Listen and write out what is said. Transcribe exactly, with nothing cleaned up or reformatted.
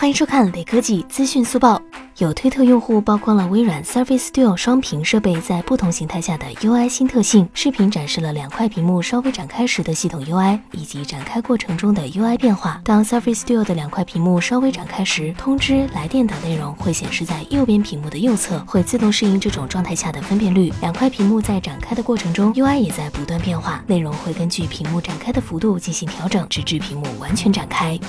欢迎收看雷科技资讯速报。有推特用户曝光了微软 Surface Duo 双屏设备在不同形态下的 U I 新特性。视频展示了两块屏幕稍微展开时的系统 U I， 以及展开过程中的 U I 变化。当 Surface Duo 的两块屏幕稍微展开时，通知、来电等内容会显示在右边屏幕的右侧，会自动适应这种状态下的分辨率。两块屏幕在展开的过程中 ，U I 也在不断变化，内容会根据屏幕展开的幅度进行调整，直至屏幕完全展开。